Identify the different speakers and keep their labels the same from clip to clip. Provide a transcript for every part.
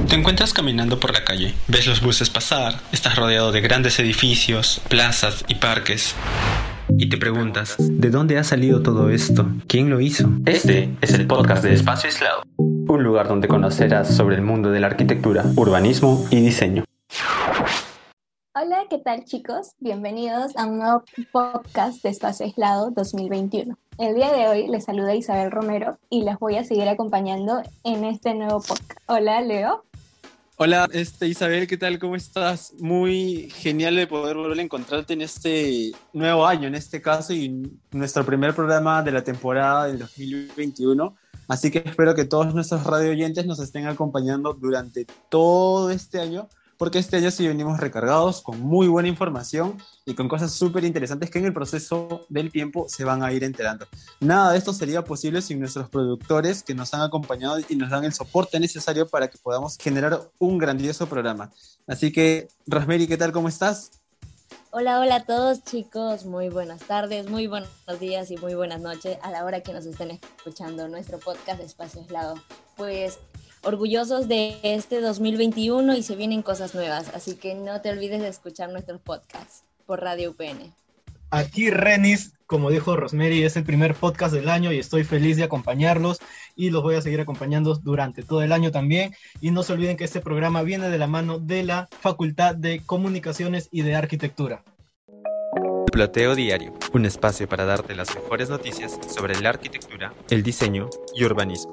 Speaker 1: Te encuentras caminando por la calle, ves los buses pasar, estás rodeado de grandes edificios, plazas y parques. Y te preguntas, ¿de dónde ha salido todo esto? ¿Quién lo hizo? Este es el podcast de Espacio Aislado, un lugar donde conocerás sobre el mundo de la arquitectura, urbanismo y diseño.
Speaker 2: Hola, ¿qué tal chicos? Bienvenidos a un nuevo podcast de Espacio Aislado 2021. El día de hoy les saluda Isabel Romero y les voy a seguir acompañando en este nuevo podcast. Hola, Leo.
Speaker 1: Hola, Isabel, ¿qué tal? ¿Cómo estás? Muy genial de poder volver a encontrarte en este nuevo año, en este caso, y nuestro primer programa de la temporada del 2021. Así que espero que todos nuestros radio oyentes nos estén acompañando durante todo este año, porque este año sí venimos recargados con muy buena información y con cosas súper interesantes que en el proceso del tiempo se van a ir enterando. Nada de esto sería posible sin nuestros productores que nos han acompañado y nos dan el soporte necesario para que podamos generar un grandioso programa. Así que, Rosemary, ¿qué tal? ¿Cómo estás?
Speaker 3: Hola a todos chicos, muy buenas tardes, muy buenos días y muy buenas noches a la hora que nos estén escuchando nuestro podcast de Espacio Aislado. Pues orgullosos de este 2021 y se vienen cosas nuevas, así que no te olvides de escuchar nuestros podcasts por Radio UPN.
Speaker 4: Aquí Renis, como dijo Rosemary, es el primer podcast del año y estoy feliz de acompañarlos y los voy a seguir acompañando durante todo el año también. Y no se olviden que este programa viene de la mano de la Facultad de Comunicaciones y de Arquitectura.
Speaker 1: Ploteo Diario, un espacio para darte las mejores noticias sobre la arquitectura, el diseño y urbanismo.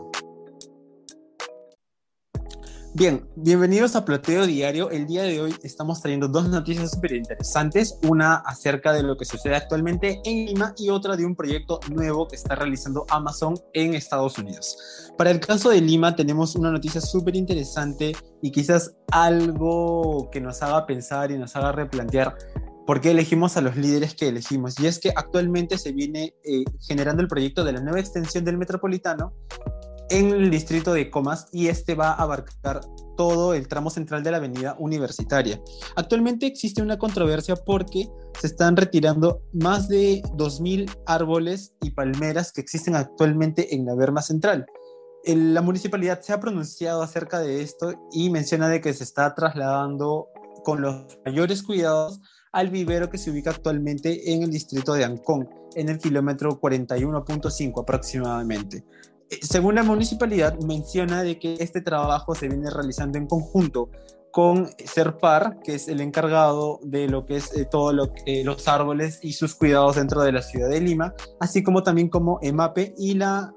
Speaker 1: Bien, bienvenidos a Ploteo Diario. El día de hoy estamos trayendo dos noticias súper interesantes, una acerca de lo que sucede actualmente en Lima y otra de un proyecto nuevo que está realizando Amazon en Estados Unidos. Para el caso de Lima tenemos una noticia súper interesante y quizás algo que nos haga pensar y nos haga replantear por qué elegimos a los líderes que elegimos. Y es que actualmente se viene generando el proyecto de la nueva extensión del Metropolitano en el distrito de Comas, y este va a abarcar todo el tramo central de la avenida Universitaria. Actualmente existe una controversia porque se están retirando más de 2.000 árboles y palmeras que existen actualmente en la berma central. La municipalidad se ha pronunciado acerca de esto y menciona de que se está trasladando con los mayores cuidados al vivero que se ubica actualmente en el distrito de Ancón, en el kilómetro 41.5 aproximadamente. Según la municipalidad, menciona de que este trabajo se viene realizando en conjunto con Serpar, que es el encargado de lo que es todo los árboles y sus cuidados dentro de la ciudad de Lima, así como también como EMAPE y la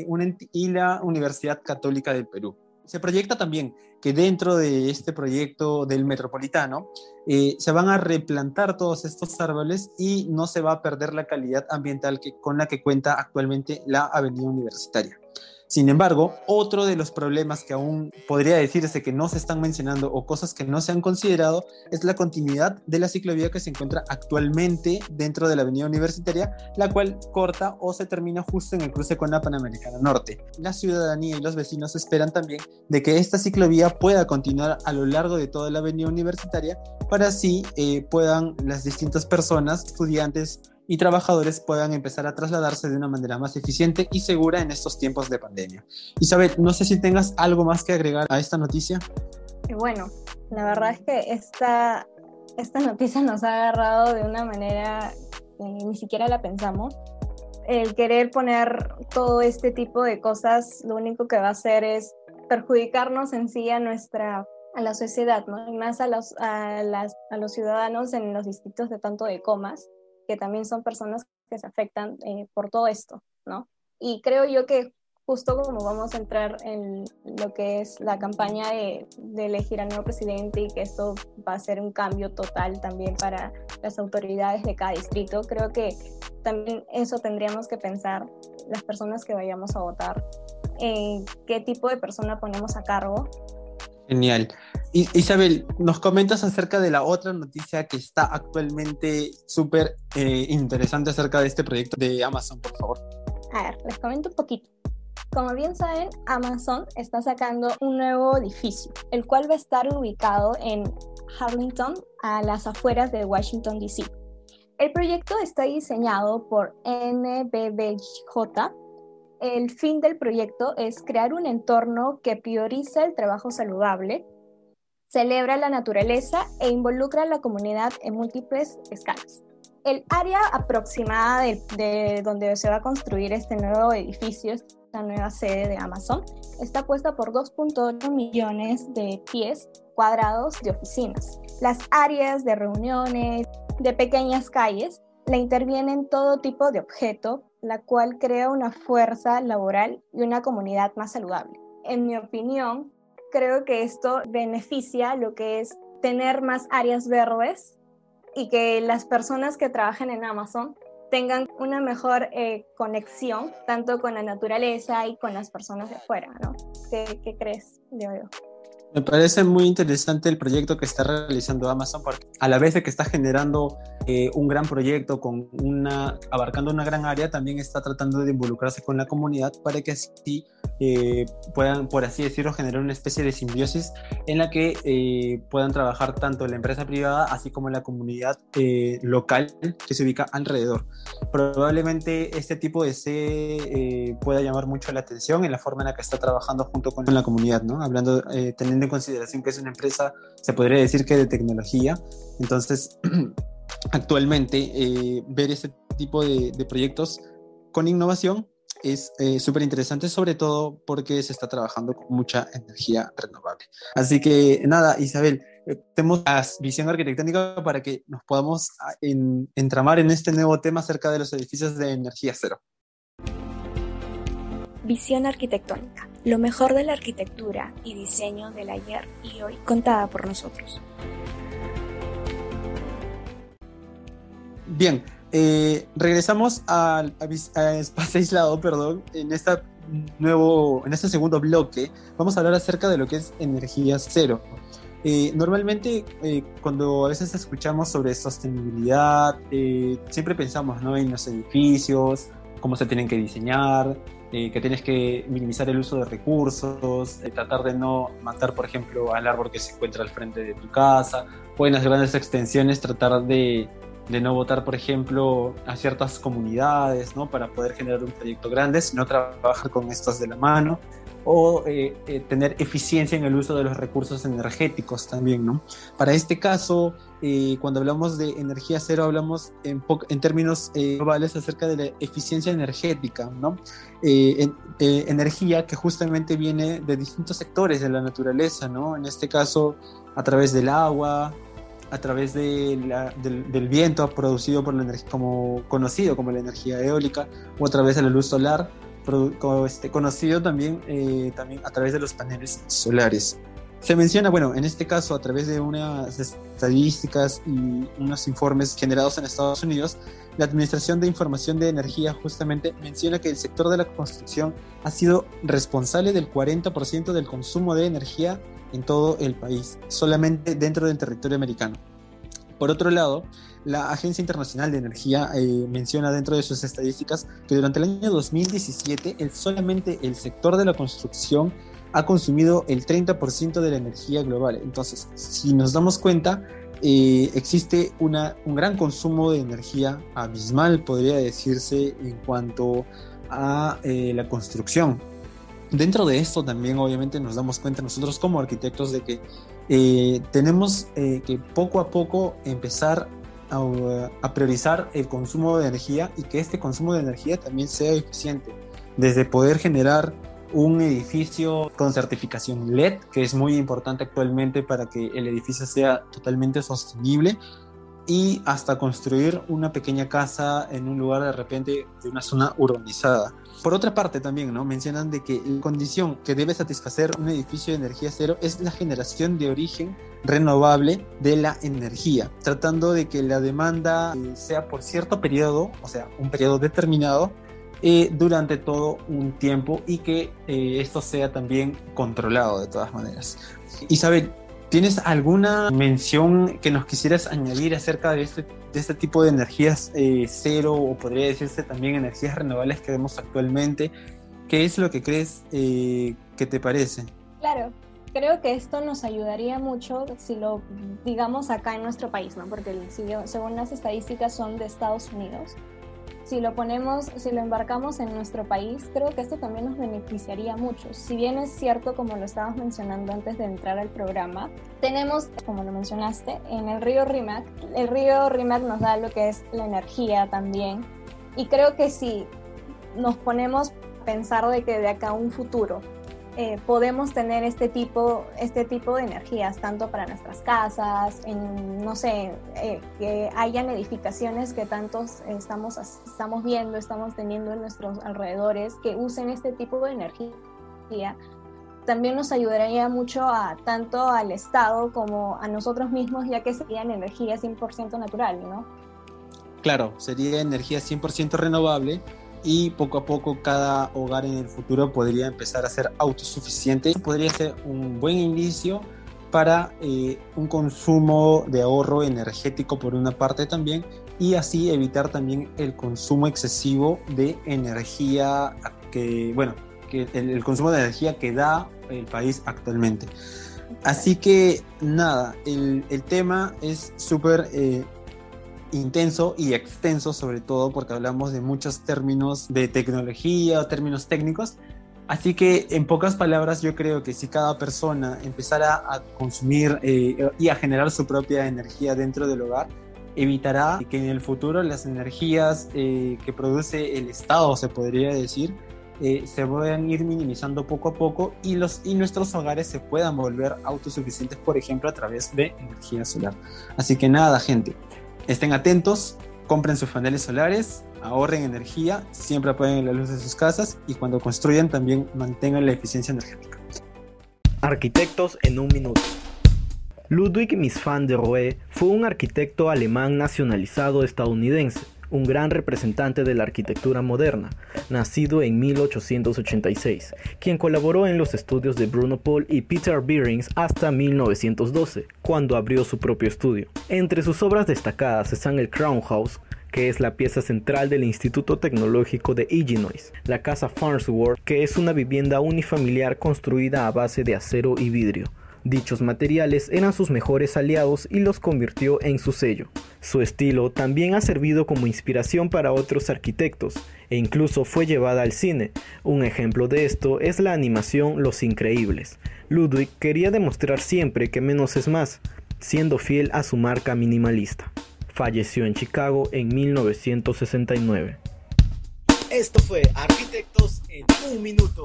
Speaker 1: Universidad Católica del Perú. Se proyecta también que dentro de este proyecto del Metropolitano se van a replantar todos estos árboles y no se va a perder la calidad ambiental con la que cuenta actualmente la avenida Universitaria. Sin embargo, otro de los problemas que aún podría decirse que no se están mencionando o cosas que no se han considerado es la continuidad de la ciclovía que se encuentra actualmente dentro de la avenida Universitaria, la cual corta o se termina justo en el cruce con la Panamericana Norte. La ciudadanía y los vecinos esperan también de que esta ciclovía pueda continuar a lo largo de toda la avenida Universitaria para así puedan las distintas personas, estudiantes y trabajadores puedan empezar a trasladarse de una manera más eficiente y segura en estos tiempos de pandemia. Isabel, no sé si tengas algo más que agregar a esta noticia.
Speaker 2: Bueno, la verdad es que esta noticia nos ha agarrado de una manera que ni siquiera la pensamos. El querer poner todo este tipo de cosas, lo único que va a hacer es perjudicarnos en sí a la sociedad, ¿no? Y más a los ciudadanos en los distritos de tanto de Comas, que también son personas que se afectan por todo esto, ¿no? Y creo yo que justo como vamos a entrar en lo que es la campaña de elegir al nuevo presidente y que esto va a ser un cambio total también para las autoridades de cada distrito, creo que también eso tendríamos que pensar las personas que vayamos a votar, qué tipo de persona ponemos a cargo.
Speaker 1: Genial. Isabel, ¿nos comentas acerca de la otra noticia que está actualmente súper interesante acerca de este proyecto de Amazon, por favor?
Speaker 2: A ver, les comento un poquito. Como bien saben, Amazon está sacando un nuevo edificio, el cual va a estar ubicado en Arlington, a las afueras de Washington, D.C. El proyecto está diseñado por NBBJ El fin del proyecto es crear un entorno que prioriza el trabajo saludable, celebra la naturaleza e involucra a la comunidad en múltiples escalas. El área aproximada de donde se va a construir este nuevo edificio, esta nueva sede de Amazon, está puesta por 2.8 millones de pies cuadrados de oficinas. Las áreas de reuniones, de pequeñas calles, la intervienen todo tipo de objeto, la cual crea una fuerza laboral y una comunidad más saludable. En mi opinión, creo que esto beneficia lo que es tener más áreas verdes y que las personas que trabajen en Amazon tengan una mejor conexión tanto con la naturaleza y con las personas de afuera, ¿no? ¿Qué crees, Leo?
Speaker 1: Me parece muy interesante el proyecto que está realizando Amazon, porque a la vez de que está generando un gran proyecto abarcando una gran área, también está tratando de involucrarse con la comunidad para que así puedan, por así decirlo, generar una especie de simbiosis en la que puedan trabajar tanto la empresa privada así como la comunidad local que se ubica alrededor. Probablemente este tipo de sede pueda llamar mucho la atención en la forma en la que está trabajando junto con la comunidad, ¿no? Hablando, teniendo en consideración que es una empresa, se podría decir que de tecnología. Entonces, actualmente ver este tipo de proyectos con innovación es súper interesante, sobre todo porque se está trabajando con mucha energía renovable. Así que nada, Isabel, tenemos la visión arquitectónica para que nos podamos entramar en este nuevo tema acerca de los edificios de energía cero.
Speaker 5: Visión arquitectónica, lo mejor de la arquitectura y diseño del ayer y hoy contada por nosotros.
Speaker 1: Bien, regresamos a Espacio Aislado, en este segundo bloque. Vamos a hablar acerca de lo que es energía cero. Normalmente, cuando a veces escuchamos sobre sostenibilidad, siempre pensamos, ¿no?, en los edificios, cómo se tienen que diseñar, que tienes que minimizar el uso de recursos, tratar de no matar, por ejemplo, al árbol que se encuentra al frente de tu casa, o en las grandes extensiones tratar de no botar, por ejemplo, a ciertas comunidades, ¿no?, para poder generar un proyecto grande, sino trabajar con estas de la mano, o tener eficiencia en el uso de los recursos energéticos también, ¿no? Para este caso, cuando hablamos de energía cero, hablamos en términos globales acerca de la eficiencia energética, ¿no? Energía que justamente viene de distintos sectores de la naturaleza, ¿no? En este caso, a través del agua, a través del viento producido por la energía, conocido como la energía eólica, o a través de la luz solar, conocido también a través de los paneles solares. Se menciona, bueno, en este caso a través de unas estadísticas y unos informes generados en Estados Unidos, la Administración de Información de Energía justamente menciona que el sector de la construcción ha sido responsable del 40% del consumo de energía en todo el país, solamente dentro del territorio americano. Por otro lado, la Agencia Internacional de Energía menciona dentro de sus estadísticas que durante el año 2017 solamente el sector de la construcción ha consumido el 30% de la energía global. Entonces, si nos damos cuenta, existe un gran consumo de energía abismal, podría decirse, en cuanto a la construcción. Dentro de esto también obviamente nos damos cuenta nosotros como arquitectos de que tenemos que poco a poco empezar a priorizar el consumo de energía, y que este consumo de energía también sea eficiente, desde poder generar un edificio con certificación LED, que es muy importante actualmente para que el edificio sea totalmente sostenible, y hasta construir una pequeña casa en un lugar de repente de una zona urbanizada. Por otra parte también, ¿no?, mencionan de que la condición que debe satisfacer un edificio de energía cero es la generación de origen renovable de la energía, tratando de que la demanda sea por cierto periodo, o sea, un periodo determinado, durante todo un tiempo, y que esto sea también controlado de todas maneras. Isabel, ¿tienes alguna mención que nos quisieras añadir acerca de este tipo de energías cero, o podría decirse también energías renovables que vemos actualmente? ¿Qué es lo que crees que te parece?
Speaker 2: Claro, creo que esto nos ayudaría mucho si lo digamos acá en nuestro país, ¿no? Porque según las estadísticas son de Estados Unidos. si lo embarcamos en nuestro país, creo que esto también nos beneficiaría mucho. Si bien es cierto, como lo estábamos mencionando antes de entrar al programa, tenemos, como lo mencionaste, en el río Rímac. El río Rímac nos da lo que es la energía también. Y creo que si nos ponemos a pensar de que de acá a un futuro podemos tener este tipo de energías, tanto para nuestras casas, que hayan edificaciones que tantos estamos viendo, estamos teniendo en nuestros alrededores, que usen este tipo de energía, también nos ayudaría mucho tanto al Estado como a nosotros mismos, ya que serían energía 100% natural, ¿no?
Speaker 1: Claro, sería energía 100% renovable. Y poco a poco cada hogar en el futuro podría empezar a ser autosuficiente. Podría ser un buen inicio para un consumo de ahorro energético por una parte también, y así evitar también el consumo excesivo de energía el consumo de energía que da el país actualmente. Así que nada, el tema es súper intenso y extenso, sobre todo porque hablamos de muchos términos de tecnología o términos técnicos. Así que en pocas palabras, yo creo que si cada persona empezara a consumir y a generar su propia energía dentro del hogar, evitará que en el futuro las energías que produce el Estado, se podría decir, se puedan ir minimizando poco a poco y nuestros hogares se puedan volver autosuficientes, por ejemplo, a través de energía solar. Así que nada, gente, estén atentos, compren sus paneles solares, ahorren energía, siempre apaguen la luz de sus casas y cuando construyan también mantengan la eficiencia energética.
Speaker 6: Arquitectos en un minuto. Ludwig Mies van der Rohe fue un arquitecto alemán nacionalizado estadounidense, un gran representante de la arquitectura moderna, nacido en 1886, quien colaboró en los estudios de Bruno Paul y Peter Behrens hasta 1912, cuando abrió su propio estudio. Entre sus obras destacadas están el Crown House, que es la pieza central del Instituto Tecnológico de Illinois, la Casa Farnsworth, que es una vivienda unifamiliar construida a base de acero y vidrio. Dichos materiales eran sus mejores aliados y los convirtió en su sello. Su estilo también ha servido como inspiración para otros arquitectos e incluso fue llevada al cine. Un ejemplo de esto es la animación Los Increíbles. Ludwig quería demostrar siempre que menos es más, siendo fiel a su marca minimalista. Falleció en Chicago en 1969.
Speaker 7: Esto fue Arquitectos en un minuto.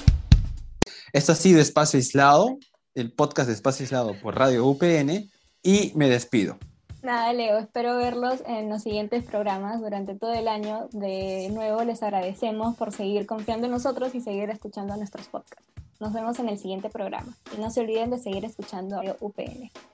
Speaker 1: Esto ha sido Espacio Aislado, el podcast de Espacio Aislado por Radio UPN, y me despido.
Speaker 2: Nada, Leo, espero verlos en los siguientes programas durante todo el año. De nuevo les agradecemos por seguir confiando en nosotros y seguir escuchando nuestros podcasts. Nos vemos en el siguiente programa y no se olviden de seguir escuchando Radio UPN.